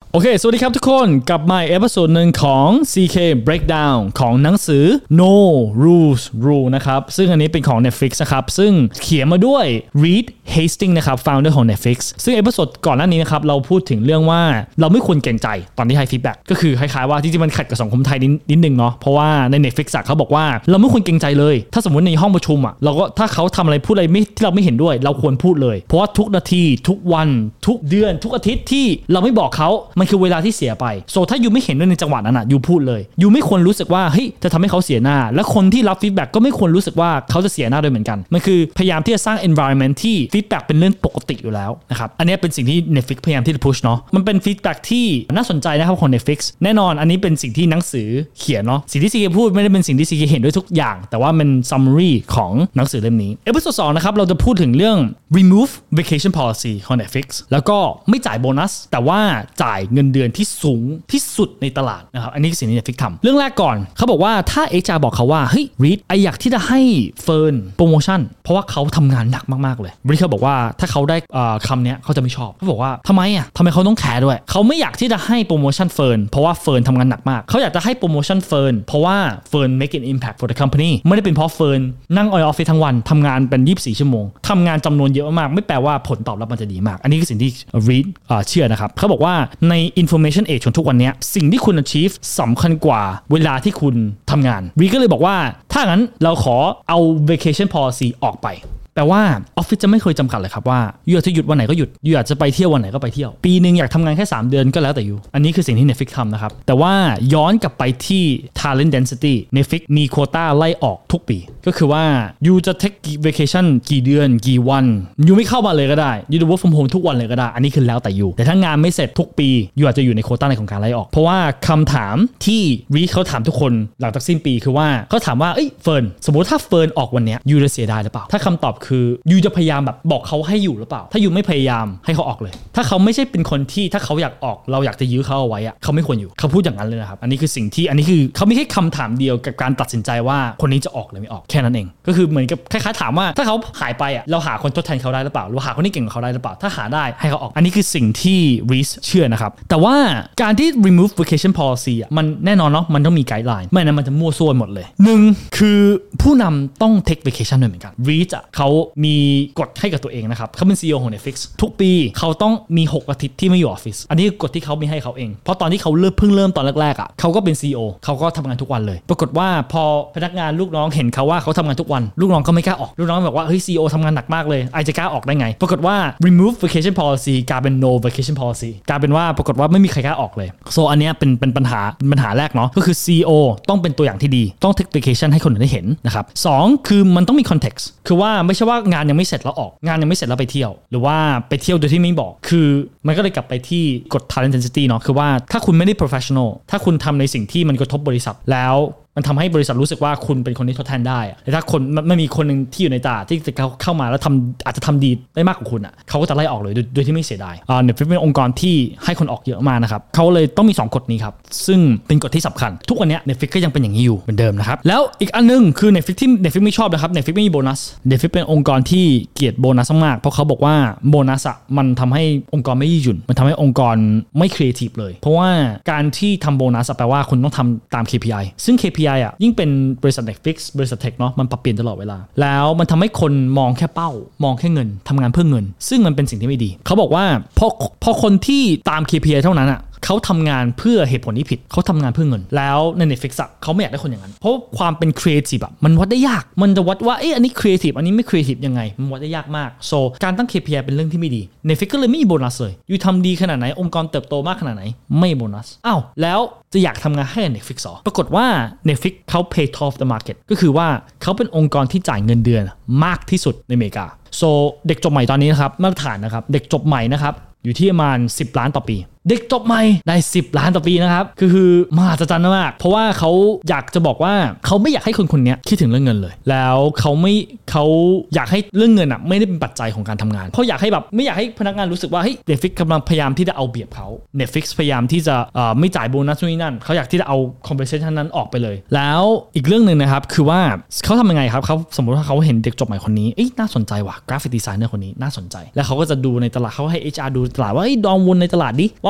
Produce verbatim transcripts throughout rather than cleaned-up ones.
โอเคสวัสดีครับทุกคนกลับมาเอพิโซดหนึ่งของ ซี เค Breakdown ของหนังสือ No Rules Rule นะครับซึ่งอันนี้เป็นของ Netflix นะครับซึ่งเขียนมาด้วย Reed Hastings นะครับ founder ของ Netflix ซึ่งเอพิโซดก่อนหน้านี้นะครับเราพูดถึงเรื่องว่าเราไม่ควรเกรงใจตอนที่ให้ feedback ก็คือคล้ายๆว่าจริงๆมันขัดกับสังคมไทยนิดนึงเนาะเพราะว่าใน Netflix เขาบอกว่าเราไม่ควรเกรงใจเลยถ้าสมมติในห้องประชุมอ่ะเราก็ถ้าเขาทำอะไรพูดอะไรไม่ที่เราไม่เห็นด้วยเราควรพูดเลยเพราะว่าทุกนาทีทุกวันทุกเดือนทุกอาทิตย์ที่เราไม่บอกเขามันคือเวลาที่เสียไปโซถ้ายูไม่เห็นด้วยในจังหวะนั้นอ่ะยูพูดเลยยูไม่ควรรู้สึกว่าเฮ้ยจะทำให้เขาเสียหน้าและคนที่รับ feedback ก็ไม่ควรรู้สึกว่าเขาจะเสียหน้าด้วยเหมือนกันมันคือพยายามที่จะสร้าง environment ที่ feedback เป็นเรื่องปกติอยู่แล้วนะครับอันนี้เป็นสิ่งที่ Netflix พยายามที่จะ push เนาะมันเป็น feedback ที่น่าสนใจนะครับของ Netflix แน่นอนอันนี้เป็นสิ่งที่หนังสือเขียนเนาะสิ่งที่ซีเคพูดไม่ได้เป็นสิ่งที่ซีเคเห็นด้วยทุกอย่างแต่ว่ามัน summary ของหนังสือเล่มนี้เอพิโซดสองนะครับเราจะพูดถึงเรื่อง remove vacation policy ของ Netflix แล้วก็ไม่จ่ายโบนัสแต่ว่าจ่ายเงินเดือนที่สูงที่สุดในตลาดนะครับอันนี้คือสิ่งที่ Netflix ทำเรื่องแรกก่อนเขาบอกว่าถ้า เอช อาร์ บอกเขาว่าเฮ้ย Reed ไออยากที่จะให้เฟิร์นโปรโมชั่นเพราะว่าเขาทำงานหนักมากๆเลย Reed เขาบอกว่าถ้าเขาได้คำนี้เขาจะไม่ชอบเขาบอกว่าทำไมอ่ะทำไมเขาต้องแคร์ด้วยเขาไม่อยากที่จะให้โปรโมชั่นเฟิร์นเพราะว่าเฟิร์นทำงานหนักมากเขาอยากจะให้โปรโมชั่นเฟิร์นเพราะว่าเฟิร์น make an impact for the company ไม่ได้เป็นเพราะเฟิร์นนั่งออฟฟิศทั้งวันทำงานเป็นยี่สิบสี่ชั่วโมงทำงานจำนวนเยอะมากไม่แปลว่าผลตอบรับมันจะดีมากอันนี้คือสิ่งที่ Reed เชื่อนะครับเขาบอกว่าใน information age ของทุกวันนี้สิ่งที่คุณ achieve สำคัญกว่าเวลาที่คุณทำงาน Reed ก็เลยบอกว่าถ้างั้นเราขอเอา vacation policy ออกไปแต่ว่าออฟฟิศจะไม่เคยจำกัดเลยครับว่ายูอยากจะหยุดวันไหนก็หยุดยูอยากจะไปเที่ยววันไหนก็ไปเที่ยวปีนึงอยากทำงานแค่สามเดือนก็แล้วแต่ยูอันนี้คือสิ่งที่ Netflix ทำนะครับแต่ว่าย้อนกลับไปที่ talent density Netflix มีโควต้าไล่ออกทุกปีก็คือว่ายูจะ take vacation กี่เดือนกี่วันยูไม่เข้ามาเลยก็ได้ยูจะ work from home ทุกวันเลยก็ได้อันนี้คือแล้วแต่ยูแต่ถ้างานไม่เสร็จทุกปียูอาจจะอยู่ในโควต้าในของการไล่ออกเพราะว่าคำถามที่ Reed เขาถามทุกคนหลังจากสิ้นปีคือว่าเขาถามว่าเอ้ยเฟิร์นสมมติถ้าเฟิร์นออกวันเนี้ยยูจะเสียดายหรือเปล่าถ้าคำตอบคือยูจะพยายามแบบบอกเขาให้อยู่หรือเปล่าถ้ายูไม่พยายามให้เขาออกเลยถ้าเขาไม่ใช่เป็นคนที่ถ้าเขาอยากออกเราอยากจะยื้อเขาเอาไว้อะเขาไม่ควรอยู่เขาพูดอย่างนั้นเลยนะครับอันนี้คือสิ่งที่อันนี้คือเขาไม่ใช่คำถามเดียวกับการตัดสินใจว่าคนนี้จะออกหรือไม่ออกแค่นั้นเองก็คือเหมือนกับคล้ายๆถามว่าถ้าเขาหายไปอะเราหาคนทดแทนเขาได้หรือเปล่าเราหาคนที่เก่งกว่าเขาได้หรือเปล่าถ้าหาได้ให้เขาออกอันนี้คือสิ่งที่ Reed เชื่อนะครับแต่ว่าการที่ remove vacation policy อะมันแน่นอนเนาะมันต้องมีไกด์ไลน์ไม่นั้นมันจะมั่วซั่วหมดเลยหนึ่งคือผู้นำต้อง take vacation ด้วยเหมือนกัน Reed อะเขามีกฎให้กับตัวเองนะครับเขาเป็น ซี อี โอ ของ Netflix ทุกปีเขาต้องมีหกอาทิตย์ที่ไม่อยู่ออฟฟิศอันนี้คือกฎที่เขามีให้เขาเองเพราะตอนที่เขาเริ่มเพิ่งเริ่มตอนแรกๆอ่ะเขาก็เป็น ซี อี โอ เขาก็ทำงานทุกวันเลยปรากฏว่าพอพนักงานลูกน้องเห็นเขาว่าเขาทำงานทุกวันลูกน้องก็ไม่กล้าออกลูกน้องบอกว่าเฮ้ย ซี อี โอ ทำงานหนักมากเลยไอจะกล้าออกได้ไงปรากฏว่า remove vacation policy กลายเป็น no vacation policy กลายเป็นว่าปรากฏว่าไม่มีใครกล้าออกเลยโซอันนี้เป็นเป็นปัญหาปัญหาแรกเนาะก็คือ ซี อี โอ ต้องเป็นตัวอย่างที่ดีต้อง take vacation ให้คนอื่นได้เห็นนะครับสองคือมันต้องมี context คือว่าไม่ใช่ว่างานยังไม่เสร็จแล้วออกงานยังไม่เสร็จแล้วไปเที่ยวหรือว่าไปเที่ยวโดยที่ไม่บอกคือมันก็เลยกลับไปที่กฎ talent density เนาะคือว่าถ้าคุณไม่ได้ professional ถ้าคุณทำในสิ่งที่มันกระทบบริษัทแล้วมันทำให้บริษัทรู้สึกว่าคุณเป็นคนที่ทดแทนได้แต่ถ้าคนไม่มีคนนึงที่อยู่ในตลาดที่จะเข้ามาแล้วทำอาจจะทำดีได้มากกว่าคุณอ่ะเขาก็จะไล่ออกเลยโดยที่ไม่เสียดายอ่า Netflix เป็นองค์กรที่ให้คนออกเยอะมากนะครับเขาเลยต้องมีสองกฎนี้ครับซึ่งเป็นกฎที่สำคัญทุกวันนี้ Netflix ก็ยังเป็นอย่างนี้อยู่เหมือนเดิมนะครับแล้วอีกอันนึงคือ Netflix ที่ Netflix ไม่ชอบนะครับ Netflix ไม่มีโบนัส Netflix เป็นองค์กรที่เกลียดโบนัสมากเพราะเขาบอกว่าโบนัสอ่ะมันทำให้องค์กรไม่ยืดหยุ่นมันทำให้องค์กรไม่ครีเอทีฟเลยเพราะว่าการที่ทำโบนัสแปลว่าคุณต้องทำตาม เค พี ไอ ซึ่ง เค พี ไอ อ่ะยิ่งเป็นบริษัท Netflix บริษัทเทคเนาะมันปรับเปลี่ยนตลอดเวลาแล้วมันทำให้คนมองแค่เป้ามองแค่เงินทำงานเพื่อเงินซึ่งมันเป็นสิ่งที่ไม่ดีเขาบอกว่าพอพอคนที่ตาม เค พี ไอ เท่านั้นอ่ะเขาทำงานเพื่อเหตุผลที่ผิดเขาทำงานเพื่อเงินแล้วใน Netflix อ่ะเขาไม่อยากได้คนอย่างนั้นเพราะความเป็นครีเอทีฟอ่ะมันวัดได้ยากมันจะวัดว่าเอ๊ะอันนี้ครีเอทีฟอันนี้ไม่ครีเอทีฟยังไงมันวัดได้ยากมากโซการตั้ง เค พี ไอ เป็นเรื่องที่ไม่ดี Netflix ก็เลยไม่มีโบนัสเลยอยู่ทำดีขนาดไหนองค์กรเติบโตมากขนาดไหนไม่โบนัสอ้าวแล้วจะอยากทำงานให้ Netflix หรอปรากฏว่า Netflix เขา pay top the market ก็คือว่าเขาเป็นองค์กรที่จ่ายเงินเดือนมากที่สุดในอเมริกาโซเด็กจบใหม่ตอนนี้นะครับมาตรฐานนะครับเด็กจบใหม่นะครับอยู่ที่ประมาณสิบล้านต่อปีเด็กจบใหม่ได้สิบล้านต่อปีนะครับคือคือมหัศจรรย์มากเพราะว่าเขาอยากจะบอกว่าเขาไม่อยากให้คนคนนี้คิดถึงเรื่องเงินเลยแล้วเขาไม่เขาอยากให้เรื่องเงินอ่ะไม่ได้เป็นปัจจัยของการทำงานเพราะอยากให้แบบไม่อยากให้พนักงานรู้สึกว่าเฮ้ย Netflix กำลังพยายามที่จะเอาเปรียบเขา Netflix พยายามที่จะเอ่อไม่จ่ายโบนัสนู่นนี่นั่นเขาอยากที่จะเอา compensation นั้นออกไปเลยแล้วอีกเรื่องนึงนะครับคือว่าเขาทำยังไงครับเขาสมมติว่าเขาเห็นเด็กจบใหม่คนนี้เอ๊ะน่าสนใจว่ะกราฟิกดีไซเนอร์คนนี้น่าสนใจแล้วเขาก็จะดูในตลาดเขาให้ เอช อาร์ ดูตลาดว่าเฮ้ยดองวนในตลาดดิว่า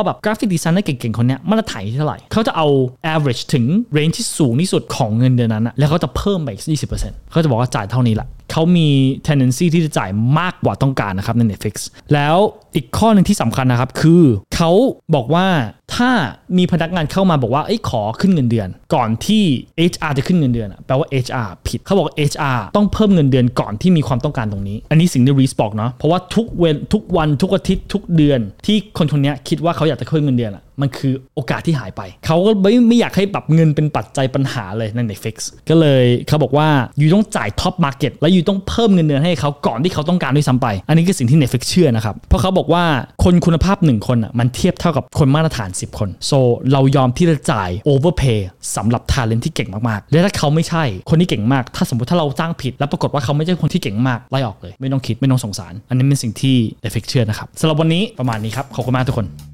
แบบกราฟิกดีไซเนอร์เก่งๆคนเนี้ยมาตรฐานเท่าไหร่เขาจะเอา average ถึง range ที่สูงที่สุดของเงินเดือนนั้นนะแล้วเขาจะเพิ่มไปอีก ยี่สิบเปอร์เซ็นต์ เขาจะบอกว่าจ่ายเท่านี้แหละเขามี tendency ที่จะจ่ายมากกว่าต้องการนะครับใน Netflix แล้วอีกข้อหนึ่งที่สำคัญนะครับคือเขาบอกว่าถ้ามีพนักงานเข้ามาบอกว่าเอ้ยขอขึ้นเงินเดือนก่อนที่ เอช อาร์ จะขึ้นเงินเดือนแปลว่า เอช อาร์ ผิดเขาบอก เอช อาร์ ต้องเพิ่มเงินเดือนก่อนที่มีความต้องการตรงนี้อันนี้สิ่งที่ Reese บอกเนาะเพราะว่าทุกเวนทุกวันทุกอาทิตย์ทุกเดือนที่คนคนนี้คิดว่าเขาอยากจะขึ้นเงินเดือนอะมันคือโอกาสที่หายไปเขาก็ไม่ไม่อยากให้แบบเงินเป็นปัจจัยปัญหาเลยใน Netflix ก็เลยเขาบอกว่าอยู่ต้องจ่าย Top Market และอยู่ต้องเพิ่มเงินเดือนให้เขาก่อนที่เขาต้องการด้วยซ้ำไปอันนี้คือสิ่งที่ Netflix เชื่อนะครับเพราะเขาบอกว่าคนคุณภาพหนึ่งคนอ่ะมันเทียบเท่ากับคนมาตรฐานสิบคน so เรายอมที่จะจ่าย overpay สำหรับ talent ที่เก่งมากๆและถ้าเขาไม่ใช่คนที่เก่งมากถ้าสมมติถ้าเราจ้างผิดแล้วปรากฏว่าเขาไม่ใช่คนที่เก่งมากไล่ออกเลยไม่ต้องคิดไม่ต้องสงสารอันนี้เป็นสิ่งที่ Netflix เชื่อนะครับสำหรับวันนี้ประมาณนี้ครับขอบคุณมากทุกคน